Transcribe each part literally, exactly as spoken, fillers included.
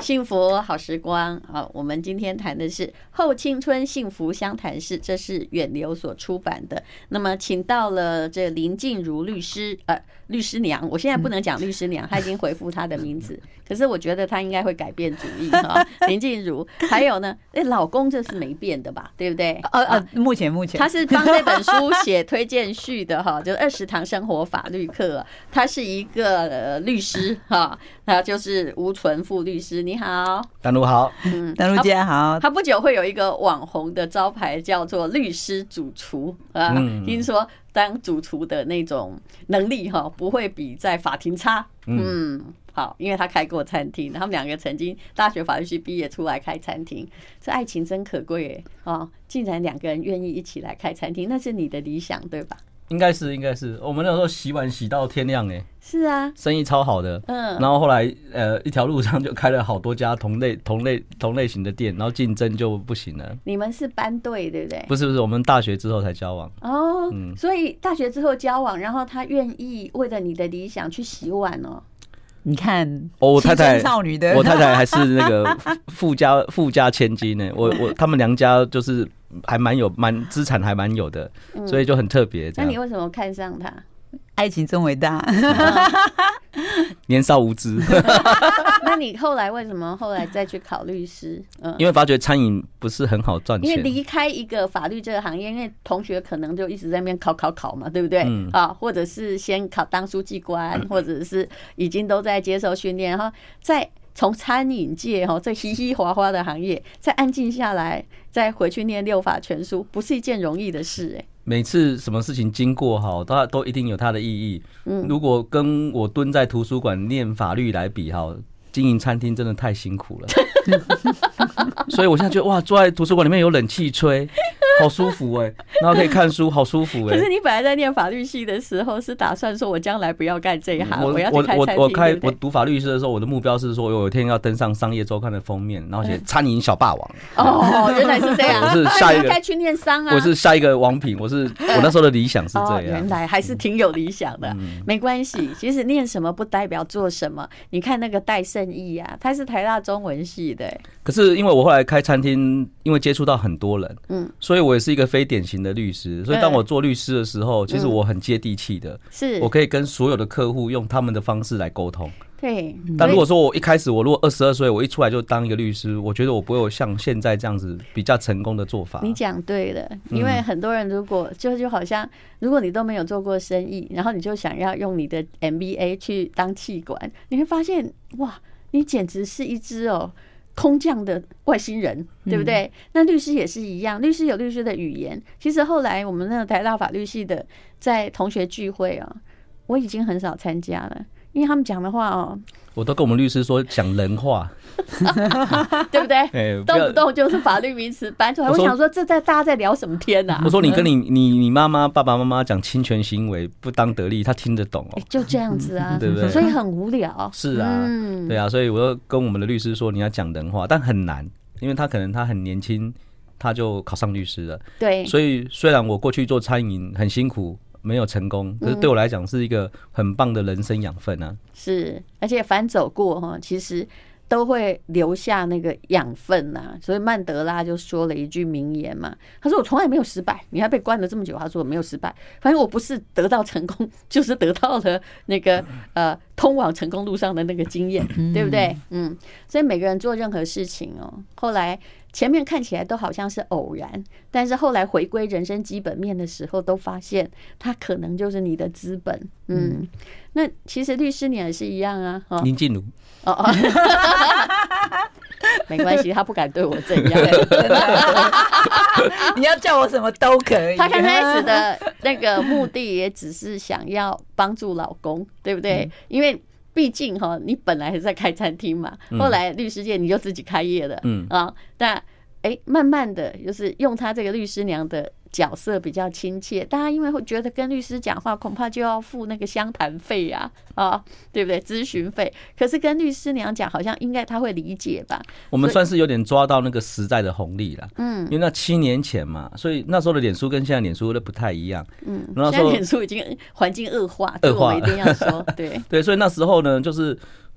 幸福好时光。好，我们今天谈的是后青春幸福相谈室，这是远流所出版的。那么请到了这林静茹律师，呃，律师娘，我现在不能讲律师娘，她已经回复她的名字，可是我觉得她应该会改变主意哈。林静茹，还有呢，哎，老公这是没变的吧，对不对？ 呃呃，目前目前， 他是帮这本书写推荐序的哈，就是二十堂生活法律课。他是一个呃律师哈，他就是吴纯富律师。你好， 丹如好， 嗯，丹如姐好。 他不久会有一个网红的招牌叫做律师主厨啊，听说当主厨的那种能力哈，不会比在法庭差。嗯，好，因为他开过餐厅，他们两个曾经大学法律系毕业出来开餐厅，这爱情真可贵哎啊！竟然两个人愿意一起来开餐厅，那是你的理想对吧？ 应该是应该是，我们那时候洗碗洗到天亮哎， 是啊， 生意超好的，嗯，然后后来呃一条路上就开了好多家同类同类同类型的店，然后竞争就不行了。 你们是班对对不对？ 不是不是，我们大学之后才交往哦，嗯，所以大学之后交往，然后他愿意为了你的理想去洗碗哦。 你看， 哦，我太太少女的， 我太太还是那个富家富家千金呢。我我他们娘家就是还蛮有蛮资产还蛮有的，所以就很特别。 那你为什么看上他？ 爱情真伟大， 年少无知。 那你后来为什么后来再去考律师？ 嗯，因为发觉餐饮不是很好赚钱， 因为离开一个法律这个行业，因为同学可能就一直在那边考考考嘛，对不对？嗯、啊，或者是先考当书记官，或者是已经都在接受训练，然后再从餐饮界哈这嘻嘻哗哗的行业，再安静下来，再回去念六法全书，不是一件容易的事哎、欸。 每次什么事情经过好，都都一定有它的意义。嗯，如果跟我蹲在图书馆念法律来比哈，经营餐厅真的太辛苦了。所以我现在觉得哇，坐在图书馆里面有冷气吹，好舒服哎、欸，然后可以看书，好舒服哎、欸。 可是你本来在念法律系的时候，是打算说我将来不要干这一行，我, 我要去开餐厅。 我我开对对我读法律系的时候，我的目标是说，我有一天要登上商业周刊的封面，然后写餐饮小霸王。 哦，原来是这样。 我是下一个该去念商啊。 我是下一个王品，我是我那时候的理想是这样。哦、 原来还是挺有理想的，嗯、没关系。其实念什么不代表做什么。你看那个戴胜义啊，他是台大中文系的、欸。 可是因为我后来开餐厅，因为接触到很多人，嗯，所以我也是一个非典型的律师。所以当我做律师的时候，嗯、其实我很接地气的，是我可以跟所有的客户用他们的方式来沟通。 对， 但如果说我一开始我如果二十二岁，我一出来就当一个律师，我觉得我不会有像现在这样子比较成功的做法。 你讲对了，因为很多人如果就就好像，如果你都没有做过生意，然后你就想要用你的 M B A 去当企管，你会发现哇，你简直是一只哦空降的外星人，对不对？嗯、那律师也是一样，律师有律师的语言。其实后来我们那个台大法律系的在同学聚会啊，我已经很少参加了。因为他们讲的话哦， 我都跟我们律师说讲人话， 对不对？欸、动不动就是法律名词搬出来。我, 我想说，这在大家在聊什么天啊？ 我说你跟你你你妈妈、爸爸妈妈讲侵权行为不当得利，他听得懂哦。 欸、就这样子啊， 对不对？ 所以很无聊。 是啊，嗯、对啊，所以我就跟我们的律师说，你要讲人话，但很难，因为他可能他很年轻，他就考上律师了。对，所以虽然我过去做餐饮很辛苦。没有成功，可是对我来讲是一个很棒的人生养分啊！ 是，而且凡走过哈，其实都会留下那个养分呐、啊。所以曼德拉就说了一句名言嘛，他说：“我从来没有失败，你还被关了这么久。”他说：“我没有失败，反正我不是得到成功，就是得到了那个呃通往成功路上的那个经验，对不对？”嗯，所以每个人做任何事情哦，后来。前面看起来都好像是偶然，但是后来回归人生基本面的时候，都发现它可能就是你的资本。嗯，嗯那其实律师你也是一样啊。 林静茹， 哦哦，没关系，他不敢对我这样。 你要叫我什么都可以。 他刚开始的那个目的也只是想要帮助老公，对不对？嗯、因为。毕竟哈，你本来是在开餐厅嘛，后来律师界你就自己开业了，嗯啊，但哎，慢慢的就是用他这个律师娘的角色比较亲切，大家因为会觉得跟律师讲话恐怕就要付那个相谈费呀，啊，对不对？咨询费，可是跟律师娘讲，好像应该他会理解吧？ 我们算是有点抓到那个时代的红利了，嗯，因为那七年前嘛，所以那时候的脸书跟现在脸书都不太一样， 嗯，现在脸书已经环境恶化， 恶化我一定要说，对对，所以那时候呢，就是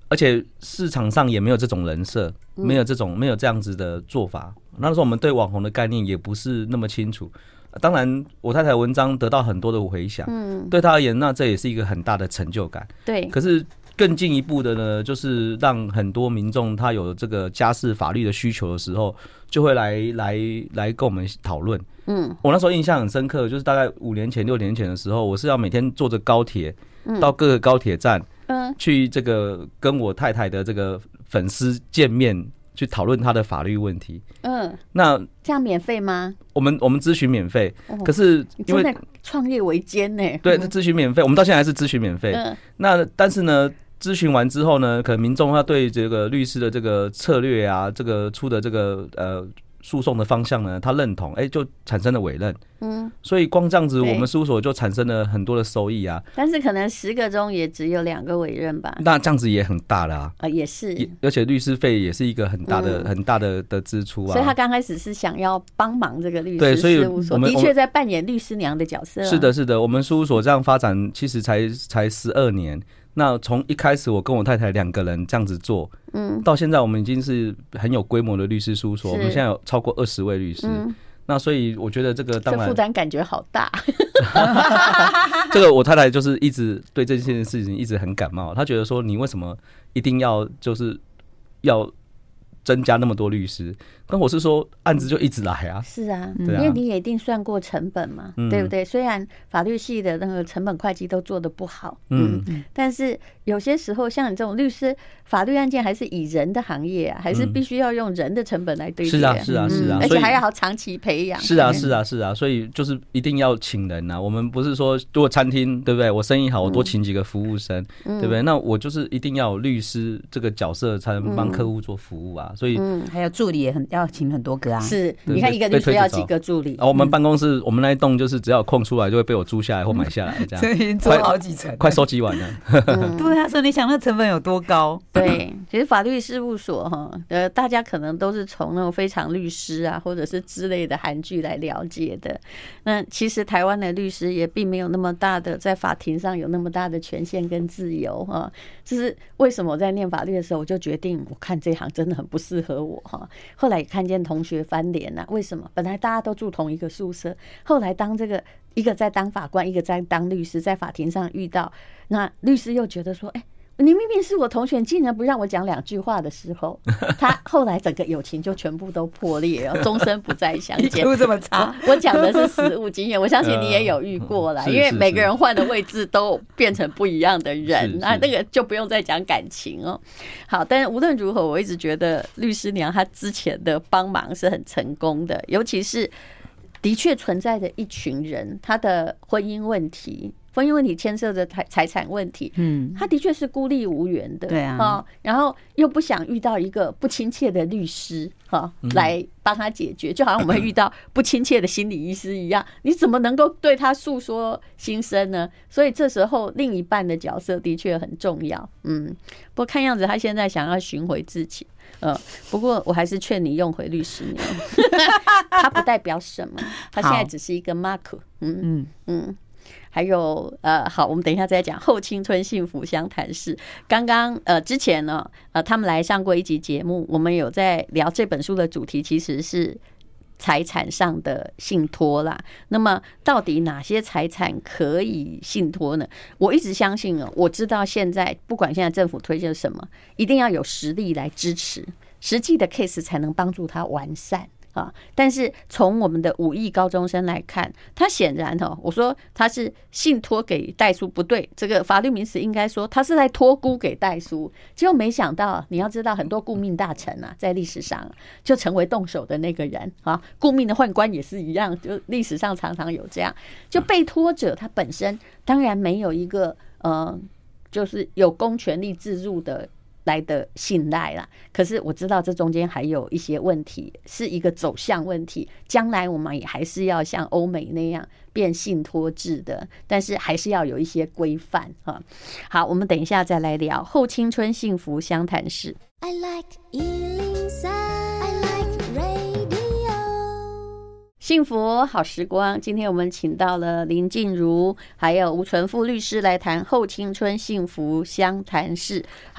而且市场上也没有这种人设，没有这种没有这样子的做法。那时候我们对网红的概念也不是那么清楚。当然，我太太的文章得到很多的回响，嗯，对她而言，那这也是一个很大的成就感。 对， 可是更进一步的呢，就是让很多民众他有这个家事法律的需求的时候，就会来来来跟我们讨论。嗯，我那时候印象很深刻，就是大概五年前、六年前的时候，我是要每天坐着高铁到各个高铁站，嗯，去这个跟我太太的这个粉丝见面。去讨论他的法律问题，嗯，那这样免费吗？ 我们我们咨询免费，哦、可是因为创业维艰呢， 对，咨询免费，我们到现在还是咨询免费。嗯，那但是呢，咨询完之后呢，可能民众他对这个律师的这个策略啊，这个出的这个呃诉讼的方向呢，他认同，哎、欸，就产生了委任。嗯，所以光这样子，我们事务所就产生了很多的收益啊。 但是可能十个中也只有两个委任吧。 那这样子也很大了啊。 啊，也是。 而且律师费也是一个很大的、嗯、很大的的支出啊。 所以他刚开始是想要帮忙这个律师事务所，的确在扮演律师娘的角色、啊。 是的，是的。我们事务所这样发展，其实才才十二年。那从一开始我跟我太太两个人这样子做，嗯，到现在我们已经是很有规模的律师事务所，我们现在有超过二十位律师。嗯，那所以我觉得这个当然负担感觉好大。 这个我太太就是一直对这件事情一直很感冒，她觉得说你为什么一定要就是要增加那么多律师？跟我是说案子就一直来啊。 是啊，因为你也一定算过成本嘛，嗯、对不对？虽然法律系的那个成本会计都做得不好，嗯，嗯但是有些时候像你这种律师，法律案件还是以人的行业啊，还是必须要用人的成本来对接、 嗯。是啊，是啊，是啊， 而且还要好长期培养。 是啊，是啊，是啊，所以就是一定要请人啊。我们不是说如果餐厅对不对？我生意好，我多请几个服务生，嗯、对不对？那我就是一定要有律师这个角色才能帮客户做服务啊。所以， 嗯，还有助理也很要请很多个啊。 是，你看一个律师要几个助理？ 然后我们办公室，我们那一栋就是只要有空出来，就会被我租下来或买下来，这样。 所以做好几层， 快收集完了。 嗯、对啊，所以你想那成本有多高？ 对，其实法律事务所哈，呃，大家可能都是从那种非常律师啊，或者是之类的韩剧来了解的。那其实台湾的律师也并没有那么大的在法庭上有那么大的权限跟自由哈。这是为什么我在念法律的时候，我就决定我看这行真的很不适合我哈。后来也看见同学翻脸啊，为什么？本来大家都住同一个宿舍，后来当这个一个在当法官，一个在当律师，在法庭上遇到，那律师又觉得说，哎、欸。你明明是我同学，竟然不让我讲两句话的时候，他后来整个友情就全部都破裂了，终身不再相见。 这么差？ 我讲的是实务经验，我相信你也有遇过啦，因为每个人换的位置都变成不一样的人，那那个就不用再讲感情哦。好，但是无论如何，我一直觉得律师娘她之前的帮忙是很成功的，尤其是的确存在着一群人，他的婚姻问题。婚姻问题牵涉着财财产问题，嗯，他的确是孤立无援的， 对啊、 哦，然后又不想遇到一个不亲切的律师，哈、哦，来帮他解决，就好像我们会遇到不亲切的心理医师一样，你怎么能够对他诉说心声呢？所以这时候另一半的角色的确很重要，嗯，不过看样子他现在想要寻回自己。呃，不过我还是劝你用回律师娘，他不代表什么，他现在只是一个 mark， 嗯嗯嗯。还有呃，好，我们等一下再讲后青春幸福相谈室。刚刚呃之前呢，呃，他们来上过一集节目，我们有在聊这本书的主题，其实是财产上的信托啦。那么到底哪些财产可以信托呢？我一直相信哦，我知道现在不管现在政府推荐什么，一定要有实力来支持，实际的 case 才能帮助它完善。啊！但是从我们的五亿高中生来看，他显然哈，我说他是信托给代书不对，这个法律名词应该说他是在托孤给代书。结果没想到，你要知道很多顾命大臣啊，在历史上就成为动手的那个人啊，顾命的宦官也是一样，就历史上常常有这样，就被托者他本身当然没有一个呃，就是有公权力自入的。来的信赖啦，可是我知道这中间还有一些问题，是一个走向问题。将来我们也还是要像欧美那样变信托制的，但是还是要有一些规范哈。好，我们等一下再来聊后青春幸福相谈室。I like 一零三 I like radio 幸福好时光。今天我们请到了林静茹还有吴纯富律师来谈后青春幸福相谈室。好。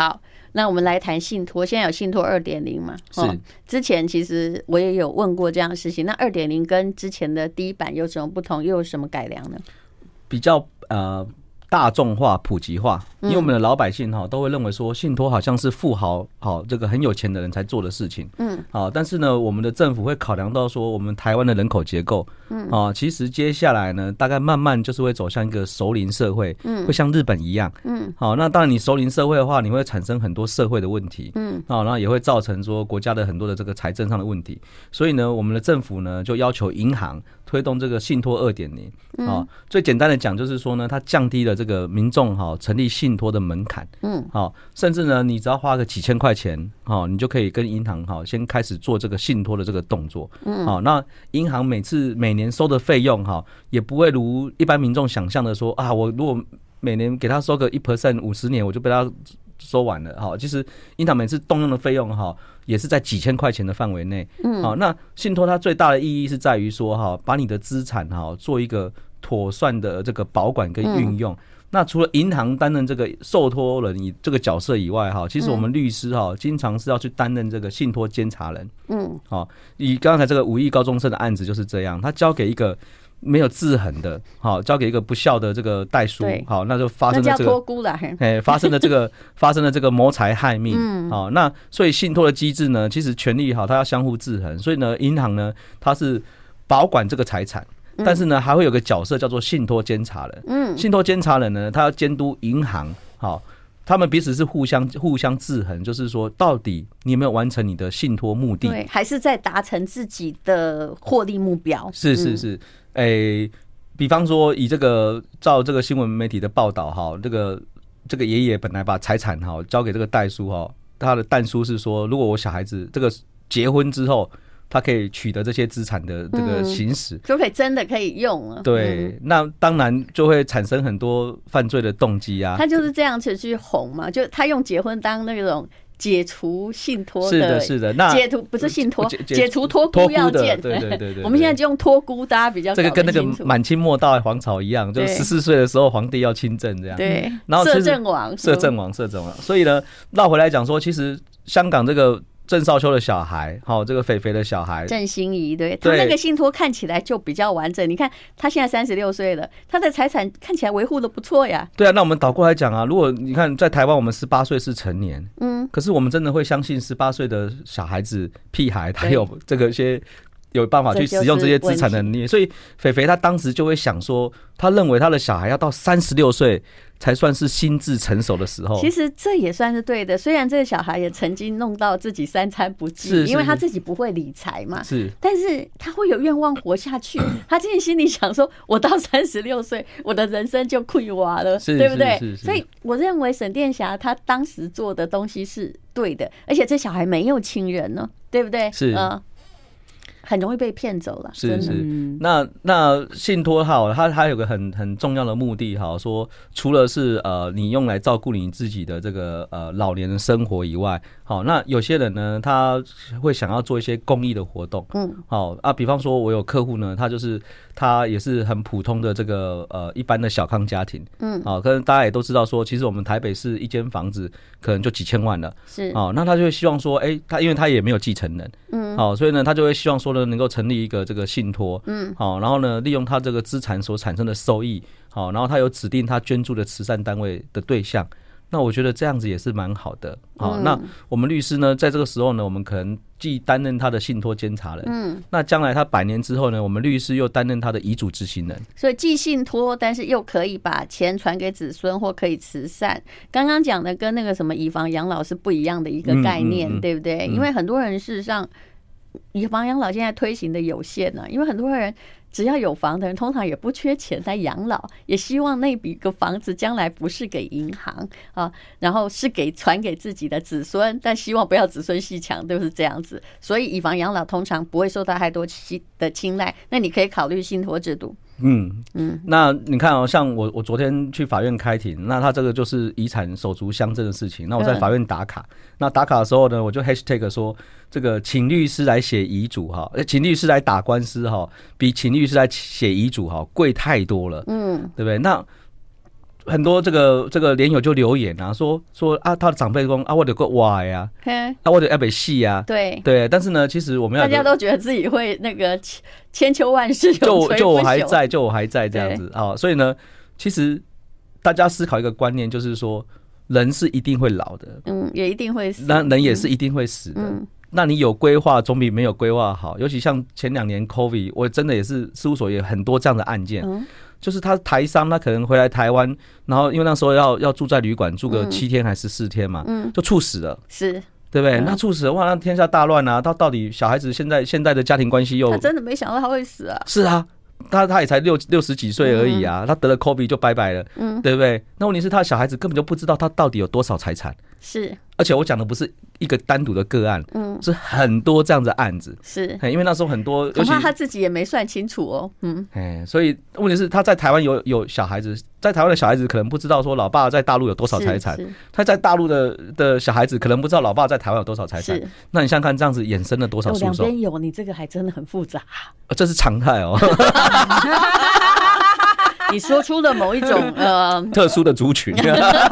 那我们来谈信托，现在有信托 二点零 嘛？ 是、 哦，之前其实我也有问过这样的事情。那 二点零 跟之前的第一版有什么不同，又有什么改良呢？ 比较呃大众化、普及化，因为我们的老百姓哈都会认为说信托好像是富豪好这个很有钱的人才做的事情，嗯，好，但是呢，我们的政府会考量到说我们台湾的人口结构，嗯，啊，其实接下来呢，大概慢慢就是会走向一个熟龄社会，嗯，会像日本一样，嗯，好，那当然你熟龄社会的话，你会产生很多社会的问题，嗯，好，然后也会造成说国家的很多的这个财政上的问题，所以呢，我们的政府呢就要求银行推动这个信托 二点零，啊，最简单的讲就是说呢，它降低了这个民众哈成立信托的门槛，嗯，好，甚至呢，你只要花个几千块钱，好，你就可以跟银行好先开始做这个信托的这个动作，嗯，好，那银行每次每年收的费用哈，也不会如一般民众想象的说啊，我如果每年给他收个一 percent 五十年，我就被他收完了，好，其实银行每次动用的费用哈，也是在几千块钱的范围内，嗯，好，那信托它最大的意义是在于说哈，把你的资产哈做一个妥善的这个保管跟运用。嗯，那除了银行担任这个受托人以这个角色以外哈，其实我们律师哈经常是要去担任这个信托监察人。嗯，好，以刚才这个五亿高中生的案子就是这样，他交给一个没有制衡的，好，交给一个不孝的这个代书，好，那就发生了这个托孤了， 哎，发生了这个发生了这个谋财害命，嗯，好，那所以信托的机制呢，其实权利哈，它要相互制衡，所以呢，银行呢，它是保管这个财产。但是呢，还会有个角色叫做信托监察人。嗯，信托监察人呢，他要监督银行，好，他们彼此是互相互相制衡，就是说，到底你有没有完成你的信托目的， 对，还是在达成自己的获利目标？ 是是是，哎、嗯欸，比方说，以这个照这个新闻媒体的报道，哈，这个这个爷爷本来把财产哈交给这个代书哈，他的代书是说，如果我小孩子这个结婚之后。他可以取得这些资产的这个行使， 就可以真的可以用了。 对，嗯、那当然就会产生很多犯罪的动机啊。 他就是这样子去哄嘛，就他用结婚当那种解除信托的， 是的，是的。那解除不是信托，解除托孤要件。 对对 对, 对, 对。 我们现在就用托孤，大家比较这个跟那个满清末大皇朝一样，就十四岁的时候皇帝要亲政这样。 对，然后摄政王， 摄政王，摄政王。所以呢，绕回来讲说，其实香港这个。郑少秋的小孩，好，这个肥肥的小孩郑欣宜，对，他那个信托看起来就比较完整。你看他现在三十六岁了，他的财产看起来维护的不错呀。 对啊，那我们倒过来讲啊，如果你看在台湾，我们十八岁是成年，嗯，可是我们真的会相信十八岁的小孩子、屁孩，他有这个些有办法去使用这些资产的能力？所以肥肥他当时就会想说，他认为他的小孩要到三十六岁。才算是心智成熟的时候。 其实这也算是对的，虽然这个小孩也曾经弄到自己三餐不继，因为他自己不会理财嘛。 是， 但是他会有愿望活下去。他自己心里想说：“我到三十六岁，我的人生就溃瓦了，对不对？”所以我认为沈殿霞他当时做的东西是对的，而且这小孩没有亲人呢，对不对？ 是啊。很容易被骗走了， 是是。那那信托哈，它还有个很很重要的目的哈，说除了是呃你用来照顾你自己的这个呃老年的生活以外，好，那有些人呢，他会想要做一些公益的活动，嗯，好啊，比方说我有客户呢，他就是他也是很普通的这个呃一般的小康家庭，嗯，好，可能大家也都知道说，其实我们台北市一间房子可能就几千万了， 是， 好，那他就会希望说，哎、欸，他因为他也没有继承人，嗯，好，所以呢，他就会希望说呢，能够成立一个这个信托，嗯，好，然后呢，利用他这个资产所产生的收益，好，然后他有指定他捐助的慈善单位的对象。那我觉得这样子也是蛮好的，好，嗯、那我们律师呢，在这个时候呢，我们可能既担任他的信托监察人，嗯，那将来他百年之后呢，我们律师又担任他的遗嘱执行人， 所以既信托，但是又可以把钱传给子孙或可以慈善。刚刚讲的跟那个什么以房养老是不一样的一个概念，嗯嗯嗯、对不对？因为很多人事实上以房养老现在推行的有限呢、啊，因为很多人。只要有房的人，通常也不缺钱来养老，也希望那笔个房子将来不是给银行啊，然后是给传给自己的子孙，但希望不要子孙戏强，都是这样子。所以以房养老通常不会受到太多的青睐。那你可以考虑信托制度。 嗯嗯，那你看哦，像我我昨天去法院开庭，那他这个就是遗产手足相争的事情。那我在法院打卡，嗯、那打卡的时候呢，我就 hashtag 说这个请律师来写遗嘱哈，请律师来打官司哈，比请律师来写遗嘱哈贵太多了，嗯，对不对？那很多这个这个连友就留言啊，说说啊，他的长辈说啊，我有个娃呀，啊，我有要被戏呀， 对对，但是呢，其实我们要大家都觉得自己会那个千秋万世， 就就我还在，就我还在这样子啊，所以呢，其实大家思考一个观念，就是说人是一定会老的， 嗯，也一定会死， 那人也是一定会死的。嗯，那你有规划总比没有规划好，尤其像前两年 COVID， 我真的也是事务所也很多这样的案件。嗯，就是他台商，他可能回来台湾，然后因为那时候要要住在旅馆住个七天还是四天嘛，嗯，就猝死了， 是， 对不对？嗯、那猝死的话，那天下大乱啊！他到底小孩子现在现在的家庭关系又， 他真的没想到他会死啊！ 是啊，他他也才六六十几岁而已啊，嗯、他得了 COVID 就拜拜了，嗯，对不对？那问题是他的小孩子根本就不知道他到底有多少财产， 是， 而且我讲的不是一个单独的个案，嗯，是很多这样的案子， 是， 因为那时候很多， 恐怕他自己也没算清楚哦，嗯， 哎，所以问题是他在台湾有有小孩子，在台湾的小孩子可能不知道说老爸在大陆有多少财产，他在大陆的的小孩子可能不知道老爸在台湾有多少财产，那你想想看这样子衍生了多少诉讼？ 两边有，你这个还真的很复杂， 这是常态哦。 你说出了某一种呃特殊的族群。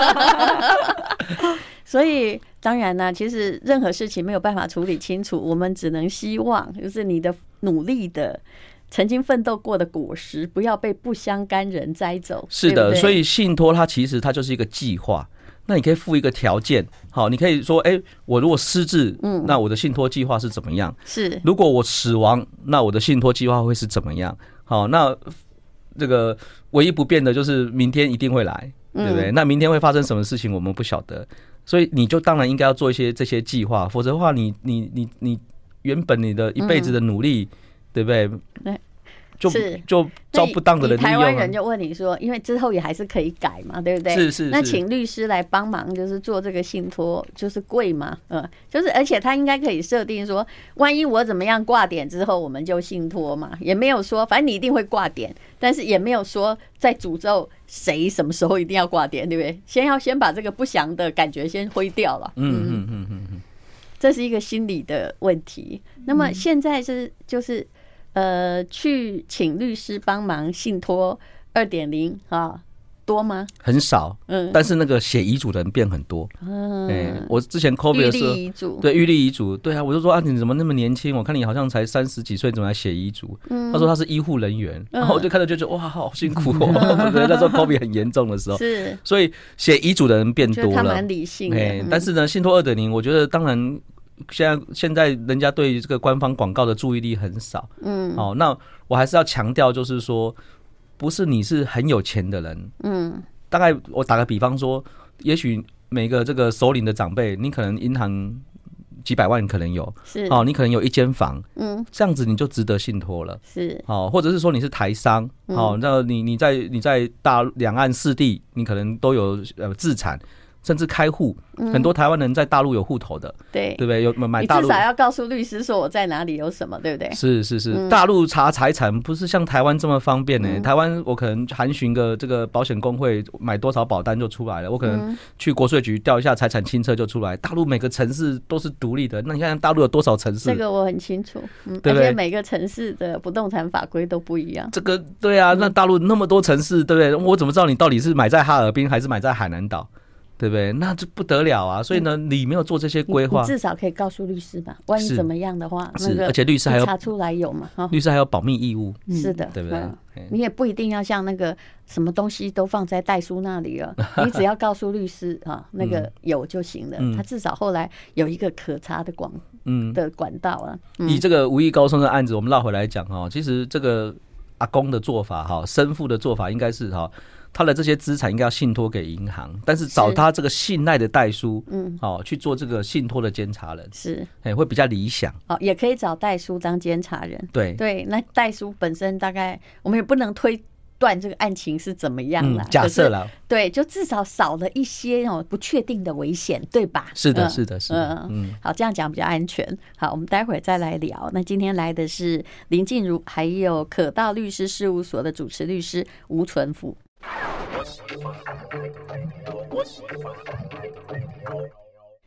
所以当然呢，其实任何事情没有办法处理清楚，我们只能希望就是你的努力的曾经奋斗过的果实不要被不相干人摘走。 是的，对对，所以信托它其实它就是一个计划，那你可以附一个条件，好，你可以说，哎、欸，我如果失智，嗯，那我的信托计划是怎么样？是，如果我死亡，那我的信托计划会是怎么样？好，那这个唯一不变的就是明天一定会来，对不对？嗯、那明天会发生什么事情，我们不晓得。所以你就当然应该要做一些这些计划，否则的话你，你你你你原本你的一辈子的努力，嗯、对不对？对，就就遭不当的人利用。 台湾人就问你说，因为之后也还是可以改嘛，对不对？ 是 是, 是。 那请律师来帮忙，就是做这个信托，就是贵嘛，嗯，就是而且他应该可以设定说，万一我怎么样挂点之后，我们就信托嘛，也没有说，反正你一定会挂点，但是也没有说在诅咒谁什么时候一定要挂点，对不对？先要先把这个不祥的感觉先挥掉了。嗯嗯嗯嗯嗯，这是一个心理的问题。那么现在是就是呃，去请律师帮忙信托二点零啊，多吗？ 很少，嗯，但是那个写遗嘱的人变很多。嗯，欸、我之前 COVID 的时候， 预立遗嘱， 对，预立遗嘱，对啊，我就说啊，你怎么那么年轻？我看你好像才三十几岁，怎么来写遗嘱？嗯，他说他是医护人员，然后我就看到就觉得哇，好辛苦哦。对，那时候 COVID 很严重的时候，是，所以写遗嘱的人变多了，他蛮理性的。 欸、但是呢，信托二点零，我觉得当然。现在现在人家对这个官方广告的注意力很少，嗯，好，那我还是要强调，就是说，不是你是很有钱的人，嗯，大概我打个比方说，也许每个这个首领的长辈，你可能银行几百万可能有，是哦，你可能有一间房，嗯，这样子你就值得信托了，是哦，或者是说你是台商，哦，那你你在你在大两岸四地，你可能都有呃资产。甚至开户，很多台湾人在大陆有户头的，对对不对？有买大陆， 你至少要告诉律师说我在哪里有什么，对不对？ 是是是，嗯、大陆查财产不是像台湾这么方便呢、欸。嗯、台湾我可能函询个这个保险公会买多少保单就出来了，我可能去国税局调一下财产清册就出来。大陆每个城市都是独立的，那你看大陆有多少城市？ 这个我很清楚，嗯，对不对？而且每个城市的不动产法规都不一样。 这个对啊，那大陆那么多城市，对不对？我怎么知道你到底是买在哈尔滨还是买在海南岛？对不对？那就不得了啊！所以呢，你没有做这些规划， 你至少可以告诉律师吧。万一怎么样的话， 是，而且律师还有查出来有嘛？ 律师还有保密义务， 是的， 对不对？ 你也不一定要像那个什么东西都放在代书那里了，你只要告诉律师啊，那个有就行了。他至少后来有一个可查的广嗯的管道啊。 以这个吴毅高中的案子，我们绕回来讲哈，其实这个阿公的做法哈，生父的做法应该是哈。他的这些资产应该要信托给银行，但是找他这个信赖的代书，嗯，哦，去做这个信托的监察人，是，哎，会比较理想。 哦，也可以找代书当监察人， 对对。那代书本身大概我们也不能推断这个案情是怎么样啦， 嗯、假设啦， 对，就至少少了一些哦不确定的危险，对吧？ 是的，是的，是的， 嗯，好，这样讲比较安全。好，我们待会儿再来聊。那今天来的是林静茹，还有可道律师事务所的主持律师吴纯甫。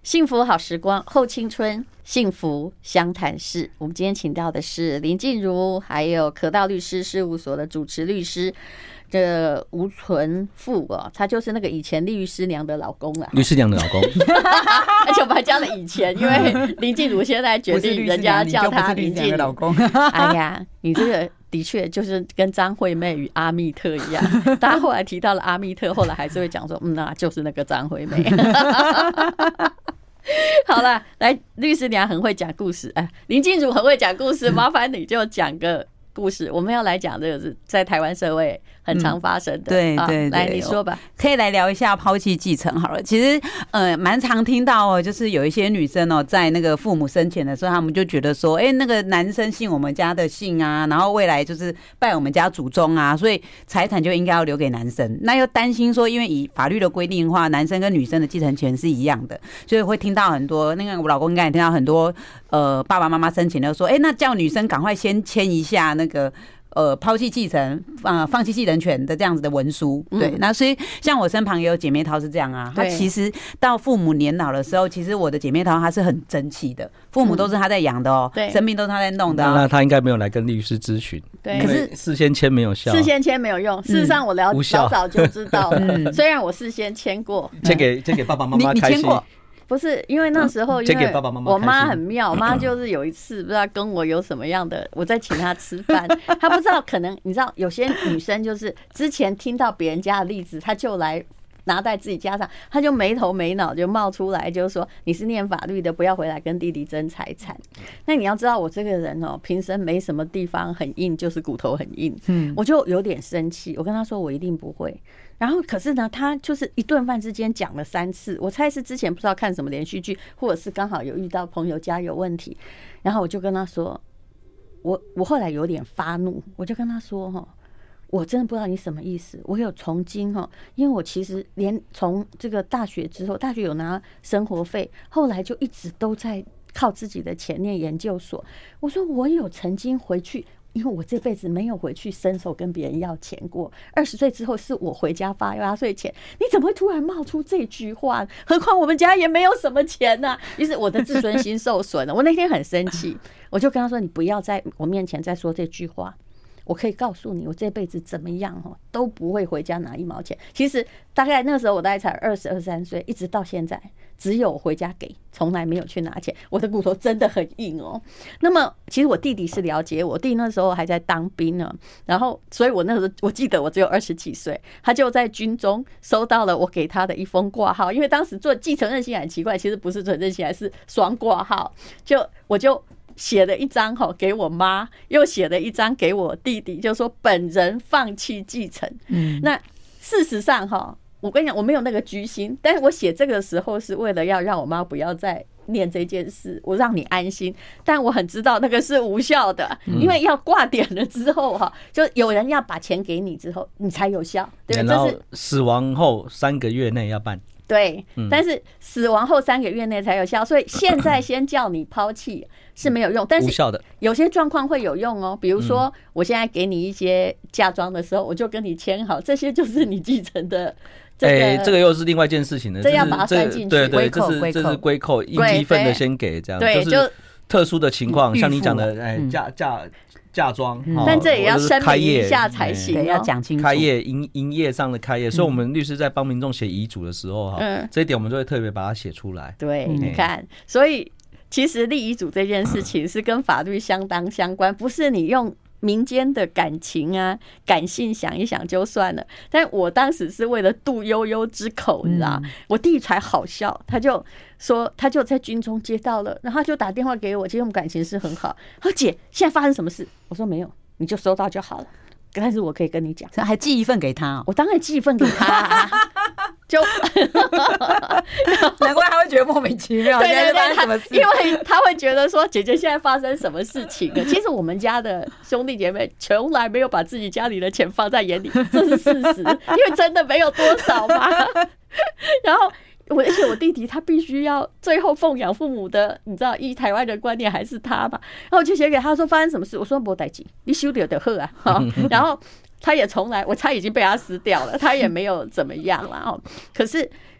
幸福好时光后青春幸福相谈室，我们今天请到的是林静茹，还有可道律师事务所的主持律师这个吴纯富哦，他就是那个以前律师娘的老公啊， 律师娘的老公， 而且我们还加了以前，因为林静茹现在决定人家叫他林静茹老公。 哎呀，你这个的确就是跟张惠妹与阿密特一样，大家后来提到了阿密特，后来还是会讲说，嗯，那就是那个张惠妹。好了，来，律师娘很会讲故事，哎，林静茹很会讲故事，麻烦你就讲个故事。我们要来讲这个是在台湾社会很常发生的， 嗯、对对对， 来你说吧， 可以来聊一下抛弃继承好了。其实呃，蛮常听到哦，就是有一些女生哦，在那个父母生前的时候，他们就觉得说，哎、欸，那个男生姓我们家的姓啊，然后未来就是拜我们家祖宗啊，所以财产就应该要留给男生。那又担心说，因为以法律的规定的话，男生跟女生的继承权是一样的，所以会听到很多那个我老公应该也听到很多呃爸爸妈妈生前就说，哎、欸，那叫女生赶快先签一下那个。呃，抛弃继承，呃，放弃继承权的这样子的文书，对，嗯、那所以像我身旁也有姐妹淘是这样啊，她其实到父母年老的时候，其实我的姐妹淘她是很争气的，父母都是她在养的哦、喔，对、嗯，生病都是她在弄的、喔， 那她应该没有来跟律师咨询， 对， 可是事先签没有效， 事先签没有用，事实上我了早早就知道了，嗯、虽然我事先签过， 签给签给爸爸妈妈开心。 不是因为那时候，因为我妈很妙，我妈就是有一次不知道跟我有什么样的，我在请她吃饭，她不知道可能你知道有些女生就是之前听到别人家的例子，她就来拿在自己家上，她就没头没脑就冒出来，就是说你是念法律的，不要回来跟弟弟争财产。那你要知道我这个人哦，平生没什么地方很硬，就是骨头很硬，嗯，我就有点生气，我跟她说我一定不会。然后可是呢，他就是一顿饭之间讲了三次，我猜是之前不知道看什么连续剧，或者是刚好有遇到朋友家有问题，然后我就跟他说，我我后来有点发怒，我就跟他说哈，我真的不知道你什么意思，我有从今哈，因为我其实连从这个大学之后，大学有拿生活费，后来就一直都在靠自己的钱念研究所，我说我有曾经回去。因为我这辈子没有回去伸手跟别人要钱过，二十岁之后是我回家发压岁钱，你怎么会突然冒出这句话？何况我们家也没有什么钱啊！于是我的自尊心受损了。我那天很生气，我就跟他说：“你不要在我面前再说这句话。我可以告诉你，我这辈子怎么样哦，都不会回家拿一毛钱。其实大概那个时候我大概才二十二三岁，一直到现在，只有回家给，从来没有去拿钱。我的骨头真的很硬哦。那么其实我弟弟是了解我，弟那时候还在当兵呢，然后所以我那时候我记得我只有二十几岁，他就在军中收到了我给他的一封挂号，因为当时做继承任性很奇怪，其实不是准任性，是双挂号，就我就。写了一张给我妈，又写了一张给我弟弟，就说本人放弃继承。嗯，那事实上哈，我跟你讲，我没有那个居心，但是我写这个时候是为了要让我妈不要再念这件事，我让你安心。但我很知道那个是无效的，因为要挂点了之后哈，就有人要把钱给你之后，你才有效。对， 然后死亡后三个月内要办。 对，但是死亡后三个月内才有效，所以现在先叫你抛弃是没有用，但是有些状况会有用哦。比如说，我现在给你一些嫁妆的时候，我就跟你签好，这些就是你继承的。 哎，这个又是另外一件事情了， 这要把它算进去。 对对，这是这是归扣，应继分的先给，这样就是特殊的情况，像你讲的，哎，嫁嫁。嫁妆， 但这也要声明一下才行， 要讲清楚。 开业营营业上的开业，所以我们律师在帮民众写遗嘱的时候，哈，这一点我们就会特别把它写出来。 对，你看，所以其实立遗嘱这件事情是跟法律相当相关，不是你用民间的感情啊、感性想一想就算了。但我当时是为了杜悠悠之口，你知道，我弟才好笑，他就。说他就在军中接到了，然后他就打电话给我，其实我们感情是很好。他说：“姐，现在发生什么事？”我说：“没有，你就收到就好了。”但是我可以跟你讲， 还寄一份给他、哦， 我当然寄一份给他、啊，就难怪他会觉得莫名其妙。 对对对，什么事？因为他会觉得说姐姐现在发生什么事情了。其实我们家的兄弟姐妹从来没有把自己家里的钱放在眼里，这是事实，因为真的没有多少嘛。然后。我而且我弟弟他必须要最后奉养父母的，你知道，依台湾的观念还是他嘛。然后我就写给他说发生什么事，我说没代志，你修掉就好啊。然后他也从来，我猜已经被他撕掉了，他也没有怎么样了。可是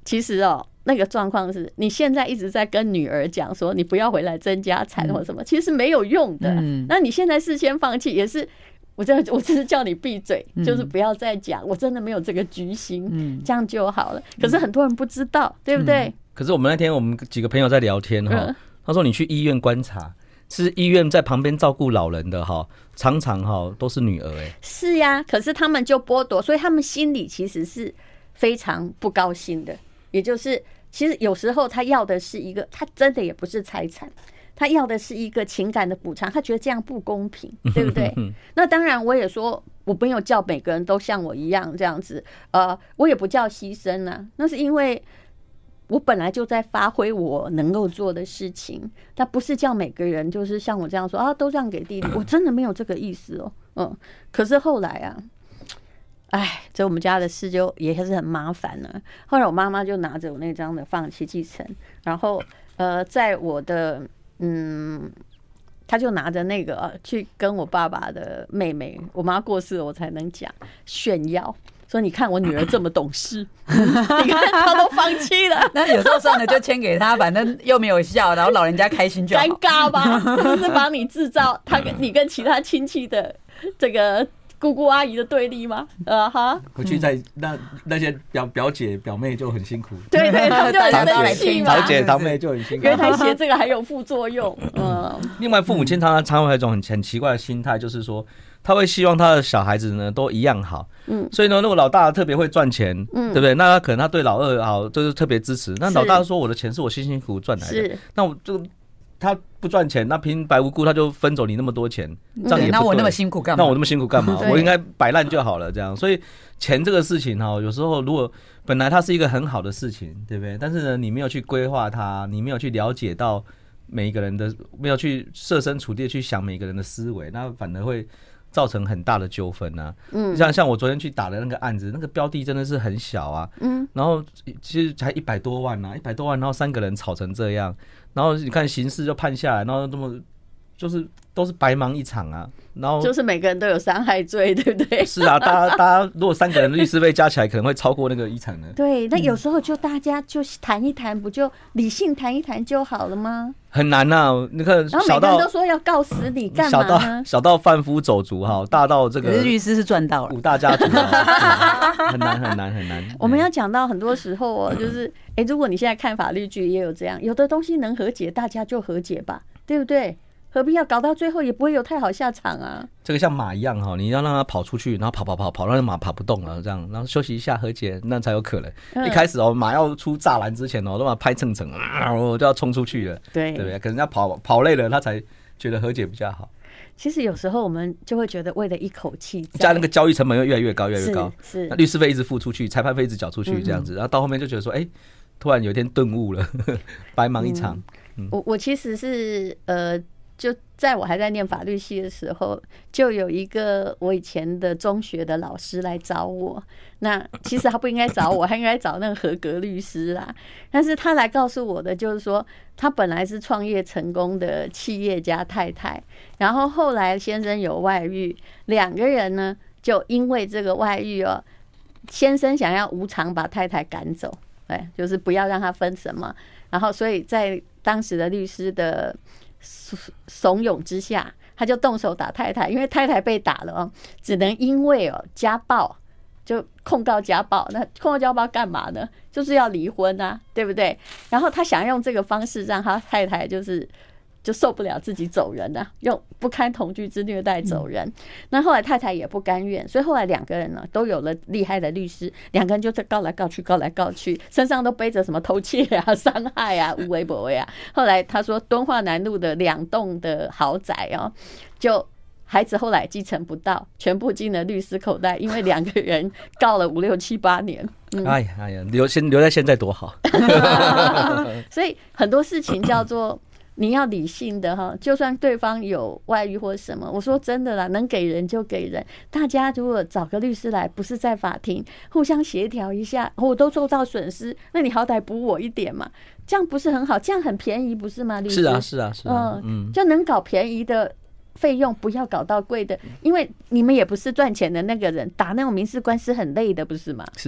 其实哦，那个状况是你现在一直在跟女儿讲说你不要回来争家产或什么，其实没有用的。那你现在事先放弃，也是我真的我只是叫你闭嘴，就是不要再讲，我真的没有这个居心，这样就好了。可是很多人不知道，对不对？ 可是我们那天我们几个朋友在聊天哈，他说你去医院观察。是医院在旁边照顾老人的哈，常常哈都是女儿哎。 是呀，可是他们就剥夺，所以他们心里其实是非常不高兴的。也就是，其实有时候他要的是一个，他真的也不是财产，他要的是一个情感的补偿。他觉得这样不公平，对不对？那当然，我也说我没有叫每个人都像我一样这样子，呃，我也不叫牺牲啊，那是因为。我本来就在发挥我能够做的事情，但不是叫每个人就是像我这样说啊，都让给弟弟。我真的没有这个意思哦，嗯。可是后来啊，哎，这我们家的事就也是很麻烦了。后来我妈妈就拿着我那张的放弃继承，然后呃，在我的嗯，她就拿着那个、啊、去跟我爸爸的妹妹，我妈过世了我才能讲炫耀。说你看我女儿这么懂事，你看她都放弃了。 那有时候算了就签给她，反正又没有效，然后老人家开心就好。 尴尬吧？就是帮你制造他跟你跟其他亲戚的这个姑姑阿姨的对立吗？呃哈， 回去再那那些表表姐表妹就很辛苦。 对对，他们就很生气嘛。 堂姐堂妹就很辛苦。 原来写这个还有副作用。嗯。另外，父母亲常常常会有一种很很奇怪的心态，就是说。他会希望他的小孩子呢都一样好，嗯，所以呢，如果老大特别会赚钱，嗯，对不对？那他可能他对老二好，就是特别支持。那老大说我的钱是我辛辛苦苦赚来的，那我就他不赚钱，那平白无故他就分走你那么多钱，这样也不对。 那我那么辛苦干嘛？ 那我那么辛苦干嘛？我应该摆烂就好了，这样。所以钱这个事情哈，有时候如果本来它是一个很好的事情，对不对？但是呢，你没有去规划它，你没有去了解到每一个人的，没有去设身处地去想每个人的思维，那反而会。造成很大的纠纷啊，嗯，像像我昨天去打的那个案子，那个标的真的是很小啊，嗯，然后其实才一百多万啊，一百多万，然后三个人吵成这样，然后你看刑事就判下来，然后这么就是都是白忙一场啊，然后就是每个人都有伤害罪，对不对？ 是啊，大家大家如果三个人的律师费加起来，可能会超过那个遗产的。 对，那有时候就大家就谈一谈，不就理性谈一谈就好了吗？ 很难呐、啊，你看， 然后每个人都说要告死你，干嘛呢？ 小到小到贩夫走卒哈，大到这个律师是赚到了五大家族、啊嗯，很难很难很难。 我们要讲到很多时候哦，就是哎、欸，如果你现在看法律剧也有这样，有的东西能和解，大家就和解吧，对不对？何必要搞到最后也不会有太好下场啊？ 这个像马一样哈，你要让它跑出去，然后跑跑跑跑，让马跑不动了，这样，然后休息一下和解，那才有可能。嗯、一开始哦，马要出栅栏之前哦，都把它拍蹭蹭啊，我就要冲出去了，对对不对？可能要跑跑累了，他才觉得和解比较好。 其实有时候我们就会觉得，为了一口气， 加那个交易成本会越来越高，越来越高。 是，是那律师费一直付出去，裁判费一直缴出去，这样子，然后到后面就觉得说，哎、欸，突然有一天顿悟了，呵呵白忙一场。嗯嗯、 我我其实是呃。就在我还在念法律系的时候，就有一个我以前的中学的老师来找我。那其实他不应该找我，他应该找那个合格律师啦。但是他来告诉我的就是说，他本来是创业成功的企业家太太，然后后来先生有外遇，两个人呢就因为这个外遇哦，先生想要无偿把太太赶走，哎，就是不要让他分什么。然后所以在当时的律师的怂恿之下，他就动手打太太，因为太太被打了哦，只能因为哦家暴就控告家暴。那控告家暴干嘛呢？就是要离婚啊，对不对？然后他想用这个方式让他太太就是就受不了自己走人啊，用不堪同居之虐待走人。那后来太太也不甘愿，所以后来两个人呢都有了厉害的律师，两个人就在告来告去，告来告去，身上都背着什么偷窃啊、伤害啊、无为不为啊。后来他说敦化南路的两栋的豪宅哦，就孩子后来继承不到，全部进了律师口袋，因为两个人告了五六七八年。嗯、 哎呀哎呀，留先留在现在多好。 所以很多事情叫做。你要理性的哈，就算对方有外遇或什么，我说真的啦，能给人就给人。大家如果找个律师来，不是在法庭互相协调一下，我都受到损失，那你好歹补我一点嘛，这样不是很好？这样很便宜，不是吗？律师是啊，是啊，是啊， 嗯，就能搞便宜的费用，不要搞到贵的，因为你们也不是赚钱的那个人，打那种民事官司很累的，不是吗？ 是啊。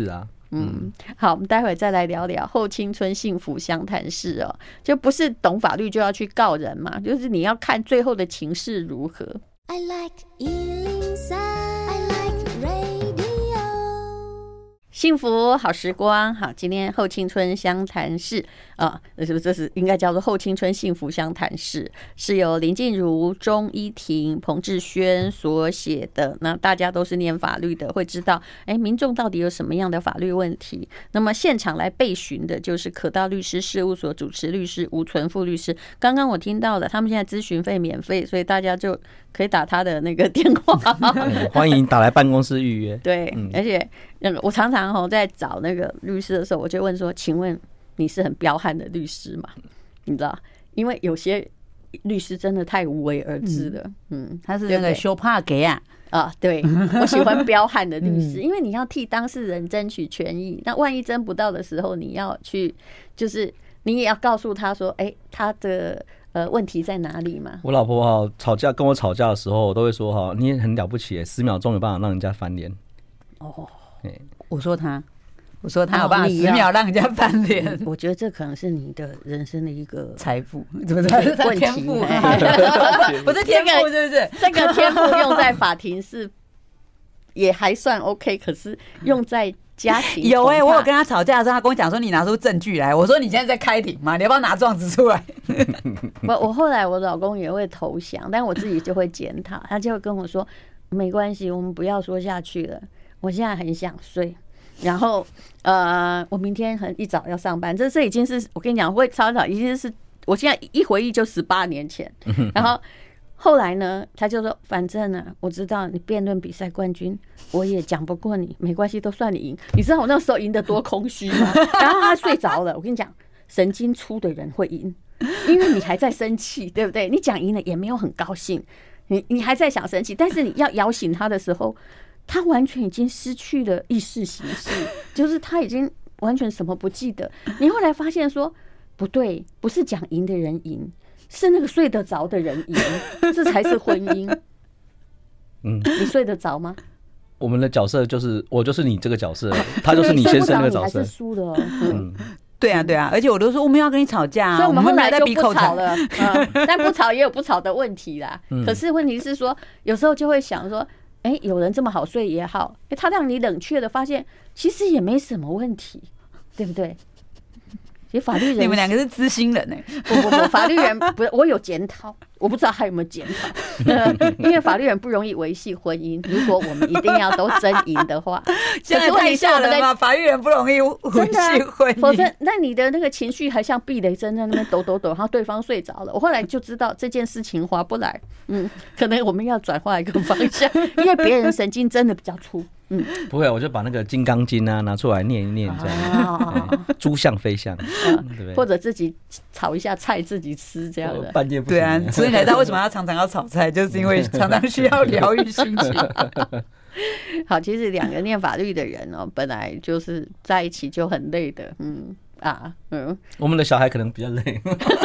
嗯，好，我们待会再来聊聊后青春幸福相谈室哦，就不是懂法律就要去告人嘛，就是你要看最后的情势如何。I like 一零三 I like radio 幸福好时光。好，今天后青春相谈室啊，这是这是应该叫做后青春幸福相谈室，是由林静茹、钟依婷、彭志轩所写的。那大家都是念法律的，会知道哎，民众到底有什么样的法律问题。那么现场来备询的就是可道律师事务所主持律师吴存富律师。刚刚我听到了，他们现在咨询费免费，所以大家就可以打他的那个电话， 欢迎打来办公室预约。 对，嗯、而且那个我常常吼在找那个律师的时候，我就问说：“请问你是很彪悍的律师吗？”你知道，因为有些律师真的太无为而治了。嗯，嗯他是那个修怕给啊。 啊，对，我喜欢彪悍的律师，因为你要替当事人争取权益。那万一争不到的时候，你要去，就是你也要告诉他说：“哎，他的。”呃，问题在哪里嘛？ 我老婆哈吵架跟我吵架的时候，我都会说哈，你也很了不起，十秒钟有办法让人家翻脸。 哦，我说他，我说他有办法十秒让人家翻脸、哦。 我觉得这可能是你的人生的一个财富，是不是？问题不是天赋，是不是？ 这个天赋用在法庭是也还算 OK， 可是用在家庭有哎、欸，我有跟他吵架的时候，他跟我讲说：“你拿出证据来。”我说：“你现在在开庭吗？你要不要拿状子出来？” 我我后来我老公也会投降，但我自己就会检讨，他就会跟我说：“没关系，我们不要说下去了。我现在很想睡，然后呃，我明天很一早要上班。这这已经是我跟你讲会吵吵，已经是我现在一回忆就十八年前，然后。”后来呢，他就说：“反正呢，我知道你辩论比赛冠军，我也讲不过你，没关系，都算你赢。你知道我那时候赢得多空虚吗？”然后他睡着了。我跟你讲，神经粗的人会赢，因为你还在生气，对不对？你讲赢了也没有很高兴，你你还在想生气，但是你要摇醒他的时候，他完全已经失去了意识形式，就是他已经完全什么不记得。你后来发现说不对，不是讲赢的人赢。是那个睡得着的人赢，这才是婚姻。嗯，你睡得着吗？ 我们的角色就是我，就是你这个角色，他就是你先生那个角色。 还是输的哦。 嗯，对啊，对啊，而且我都说我们要跟你吵架、啊， 所以我们后来就比不吵了。嗯，但不吵也有不吵的问题啦。嗯、可是问题是说，有时候就会想说，哎、欸，有人这么好睡也好，欸、他让你冷却的发现，其实也没什么问题，对不对？其实法律人， 你们两个是知心人哎、 欸！不不不，法律人不是我有检讨，我不知道还有没有检讨、呃，因为法律人不容易维系婚姻。如果我们一定要都争赢的话， 现在太吓人了，法律人不容易维系婚姻， 否则那你的那个情绪还像避雷针在那边抖抖抖，然后对方睡着了。我后来就知道这件事情划不来，嗯，可能我们要转换一个方向，因为别人神经真的比较粗。嗯， 不会，我就把那个《金刚经》啊拿出来念一念，这样，诸相非相， 或者自己炒一下菜自己吃这样的。 半夜不对啊，所以才知道为什么他常常要炒菜，就是因为常常需要疗愈心情。 好，其实两个念法律的人哦，本来就是在一起就很累的，嗯啊，嗯。 我们的小孩可能比较累。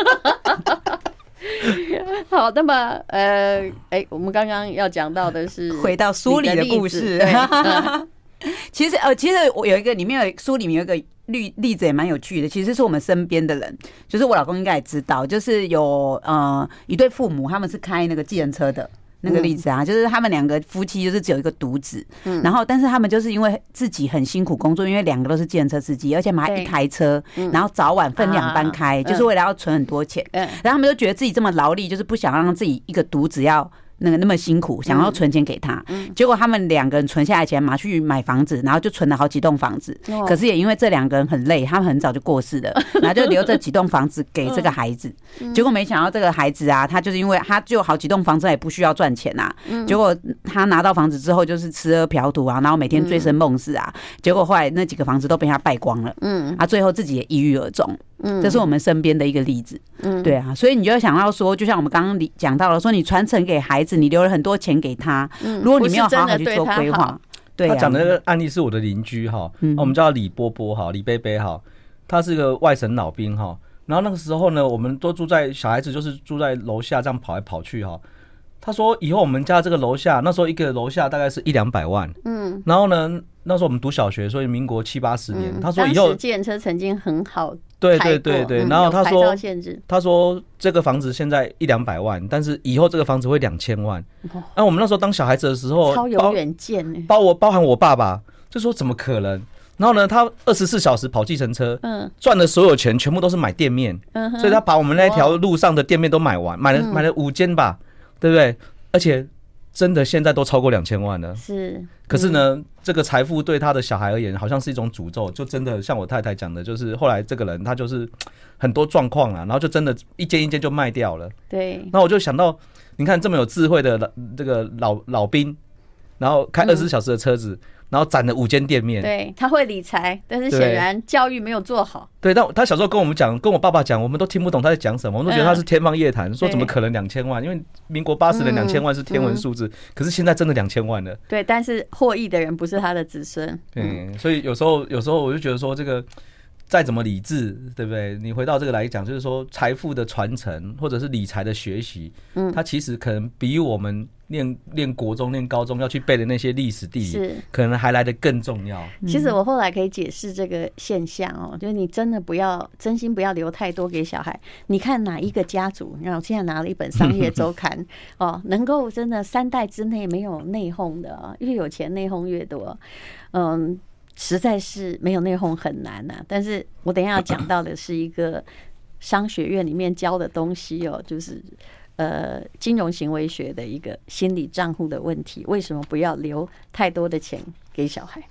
好，那么呃，哎、欸，我们刚刚要讲到的是回到书里的故事。嗯、其实呃，其实我有一个里面有书里面有一个例例子也蛮有趣的，其实是我们身边的人，就是我老公应该也知道，就是有呃一对父母，他们是开那个计程车的。那个例子啊，就是他们两个夫妻就是只有一个独子，嗯，然后但是他们就是因为自己很辛苦工作，因为两个都是计程车司机，而且买一台车，然后早晚分两班开，就是为了要存很多钱，然后他们就觉得自己这么劳力，就是不想让自己一个独子要那个那么辛苦，想要存钱给他，结果他们两个人存下来钱，拿去买房子，然后就存了好几栋房子。可是也因为这两个人很累，他们很早就过世了，然后就留这几栋房子给这个孩子。结果没想到这个孩子啊，他就是因为他就好几栋房子，也不需要赚钱啊。结果他拿到房子之后，就是吃喝嫖赌啊，然后每天醉生梦死啊。结果后来那几个房子都被他败光了，嗯，啊，最后自己也抑郁而终。嗯，这是我们身边的一个例子。嗯，对啊，所以你就想到说，就像我们刚刚讲到了，说你传承给孩子，你留了很多钱给他，嗯，如果你没有好好去做规划，对啊。 他讲的那个案例是我的邻居哈，嗯，我们叫李波波哈，李贝贝哈，他是个外省老兵哈。然后那个时候呢，我们都住在小孩子就是住在楼下这样跑来跑去哈。他说以后我们家这个楼下，那时候一个楼下大概是一两百万，嗯，然后呢， 那时候我们读小学，所以民国七八十年， 嗯、 他说以后计程车曾经很好， 对对对对， 嗯、 然后他说他说这个房子现在一两百万，但是以后这个房子会两千万。那、哦啊、我们那时候当小孩子的时候， 超有远见呢， 包我包含我爸爸就说怎么可能？然后呢，他二十四小时跑计程车，嗯，赚的所有钱全部都是买店面，嗯，所以他把我们那条路上的店面都买完，买了、嗯、买了五间吧，对不对？而且真的现在都超过两千万了， 是。 可是呢，嗯、这个财富对他的小孩而言，好像是一种诅咒，就真的像我太太讲的，就是后来这个人他就是很多状况啊，然后就真的一间一间就卖掉了。 对。 那我就想到，你看这么有智慧的这个老老兵，然后开二十四小时的车子。嗯，然后攒了五间店面， 对，他会理财，但是显然教育没有做好。 对，但他小时候跟我们讲，跟我爸爸讲，我们都听不懂他在讲什么，我们都觉得他是天方夜谭，嗯、说怎么可能两千万？因为民国八十年两千万是天文数字，嗯嗯、可是现在真的两千万了。 对，但是获益的人不是他的子孙。 对，嗯，所以有时候有时候我就觉得说，这个再怎么理智，对不对？你回到这个来讲，就是说财富的传承或者是理财的学习，嗯，它其实可能比我们念念国中、念高中要去背的那些历史地理，可能还来得更重要。 其实我后来可以解释这个现象哦，就是你真的不要真心不要留太多给小孩。你看哪一个家族，然后现在拿了一本商业周刊哦，能够真的三代之内没有内讧的啊，越有钱内讧越多，嗯。实在是没有内讧很难啊，但是我等一下要讲到的是一个商学院里面教的东西哦，就是呃金融行为学的一个心理账户的问题，为什么不要留太多的钱给小孩？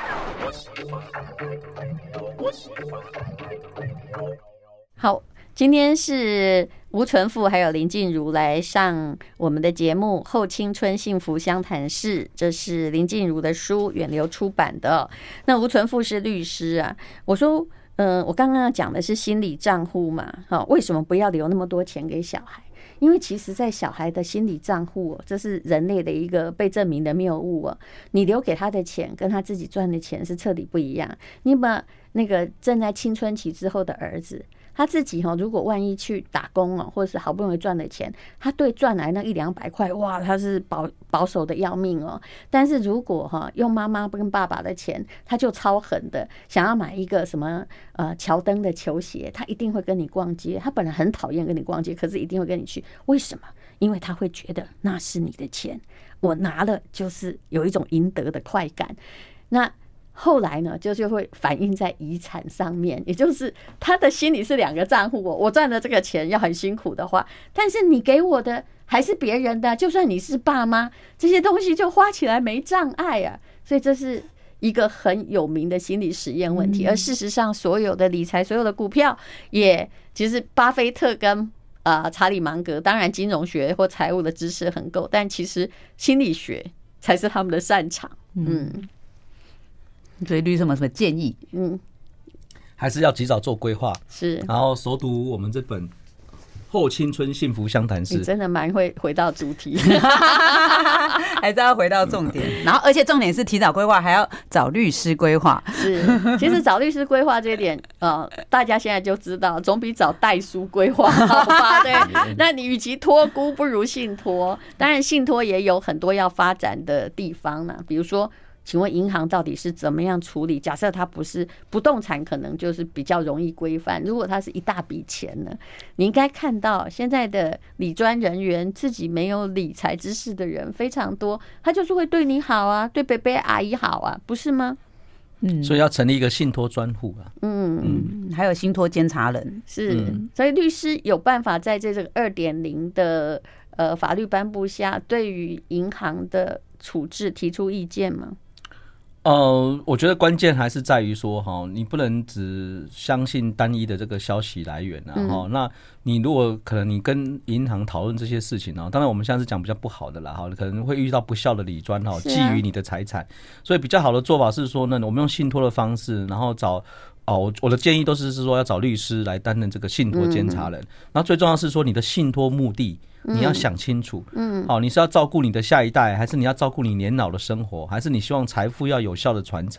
好，今天是吴纯富还有林静茹来上我们的节目《后青春幸福相谈室》，这是林静茹的书，远流出版的。那吴纯富是律师啊，我说，嗯、呃，我刚刚要讲的是心理账户嘛，哈，为什么不要留那么多钱给小孩？因为其实在小孩的心理账户，这是人类的一个被证明的谬误啊。你留给他的钱跟他自己赚的钱是彻底不一样。你把那个正在青春期之后的儿子，他自己如果万一去打工哦，或者是好不容易赚的钱，他对赚来那一两百块，哇，他是保保守的要命哦。但是如果哈用妈妈跟爸爸的钱，他就超狠的，想要买一个什么呃乔登的球鞋，他一定会跟你逛街。他本来很讨厌跟你逛街，可是一定会跟你去。为什么？因为他会觉得那是你的钱，我拿了就是有一种赢得的快感。那后来呢，就就会反映在遗产上面，也就是他的心里是两个账户哦。我赚的这个钱要很辛苦的话，但是你给我的还是别人的，就算你是爸妈，这些东西就花起来没障碍啊。所以这是一个很有名的心理实验问题。而事实上，所有的理财、所有的股票，也其实巴菲特跟呃查理芒格，当然金融学或财务的知识很够，但其实心理学才是他们的擅长。嗯。 所以律师有什么建议？ 嗯， 还是要及早做规划， 是， 然后熟读我们这本《后青春幸福相谈室》。 你真的蛮会回到主题， 还是要回到重点。然后，而且重点是提早规划，还要找律师规划。 是，其实找律师规划这一点，呃，大家现在就知道，总比找代书规划好吧？对，那你与其托孤，不如信托。当然，信托也有很多要发展的地方呢，比如说。请问银行到底是怎么样处理？假设它不是不动产，可能就是比较容易规范。如果它是一大笔钱呢？你应该看到现在的理专人员自己没有理财知识的人非常多，他就是会对你好啊，对伯伯阿姨好啊，不是吗？ 嗯，所以要成立一个信托专户啊。 嗯嗯，还有信托监察人是，嗯、所以律师有办法在这个二点零的呃法律颁布下，对于银行的处置提出意见吗？ 呃，我觉得关键还是在于说，哈，你不能只相信单一的这个消息来源啊，哈、嗯。那你如果可能，你跟银行讨论这些事情呢，当然我们现在是讲比较不好的啦，哈，可能会遇到不孝的理专哈，觊觎你的财产，所以比较好的做法是说呢，我们用信托的方式，然后找。哦，我的建议都是是说要找律师来担任这个信托监察人。那、嗯、最重要是说你的信托目的你要想清楚。嗯，好、哦，你是要照顾你的下一代，还是你要照顾你年老的生活，还是你希望财富要有效的传承？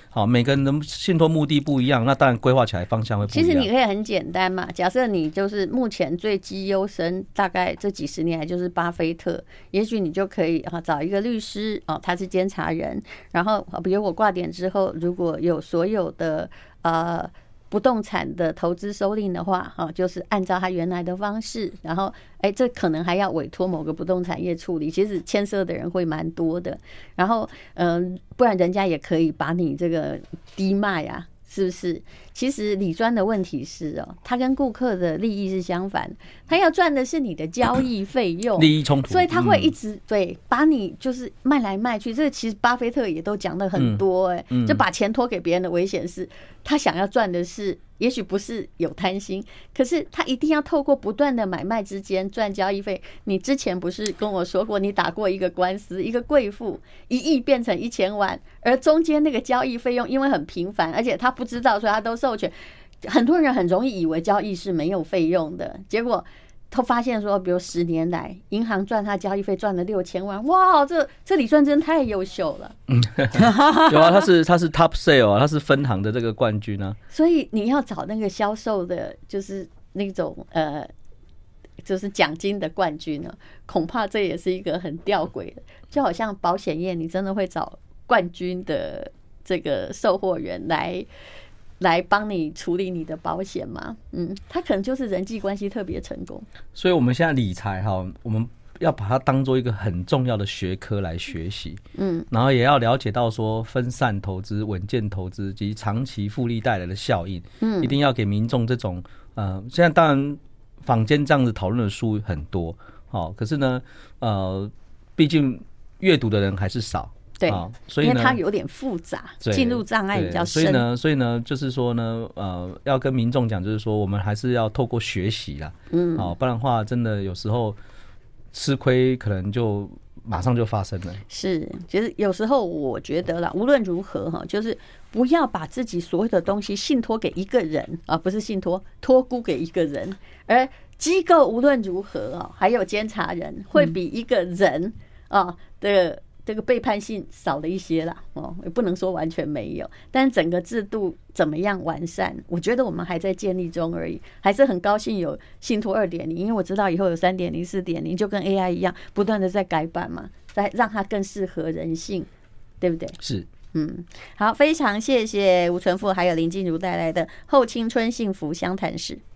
好，每个人的信托目的不一样，那当然规划起来方向会不一样。 其实你可以很简单嘛，假设你就是目前最绩优生，大概这几十年来就是巴菲特，也许你就可以啊找一个律师哦，他是监察人，然后比如我挂点之后，如果有所有的呃。不动产的投资收令的话，哈，就是按照他原来的方式，然后，哎，这可能还要委托某个不动产业处理，其实牵涉的人会蛮多的。然后，嗯、呃，不然人家也可以把你这个低卖啊，是不是？其实理专的问题是哦，他跟顾客的利益是相反，他要赚的是你的交易费用， 利益冲突， 所以他会一直、嗯、对把你就是卖来卖去。这个其实巴菲特也都讲的很多、欸，哎、嗯，就把钱托给别人的危险是，他想要赚的是，也许不是有贪心，可是他一定要透过不断的买卖之间赚交易费。你之前不是跟我说过，你打过一个官司，一个贵妇一亿变成一千万，而中间那个交易费用因为很频繁，而且他不知道，所以他都授权。很多人很容易以为交易是没有费用的，结果他发现说，比如十年来银行赚他交易费赚了六千万，哇，这这理专真太优秀了。 有啊，他是他是 top sale 啊，他是分行的这个冠军啊。 所以你要找那个销售的，就是那种呃，就是奖金的冠军呢，恐怕这也是一个很吊诡的，就好像保险业，你真的会找冠军的这个售货员来。来帮你处理你的保险嘛？嗯，他可能就是人际关系特别成功。 所以我们现在理财哈，我们要把它当做一个很重要的学科来学习。嗯，然后也要了解到说分散投资、稳健投资及长期复利带来的效应。嗯，一定要给民众这种呃，现在当然坊间这样子讨论的书很多，好，可是呢，呃，毕竟阅读的人还是少。 对、哦，所以因为它有点复杂，进入障碍比较深。 所以呢，所以呢，就是说呢，呃，要跟民众讲，就是说，我们还是要透过学习啦，嗯，好、哦，不然的话，真的有时候吃亏可能就马上就发生了。 是，其实有时候我觉得啦，无论如何哈，就是不要把自己所有的东西信托给一个人啊，不是信托，托孤给一个人，而机构无论如何啊，还有监察人会比一个人啊的。这个背叛性少了一些啦，哦，也不能说完全没有，但整个制度怎么样完善，我觉得我们还在建立中而已。还是很高兴有信托二点零，因为我知道以后有三点零、四点零，就跟 A I 一样，不断的在改版嘛，在让它更适合人性，对不对？ 是， 嗯，好，非常谢谢吴纯富还有林静茹带来的《后青春幸福相谈室》。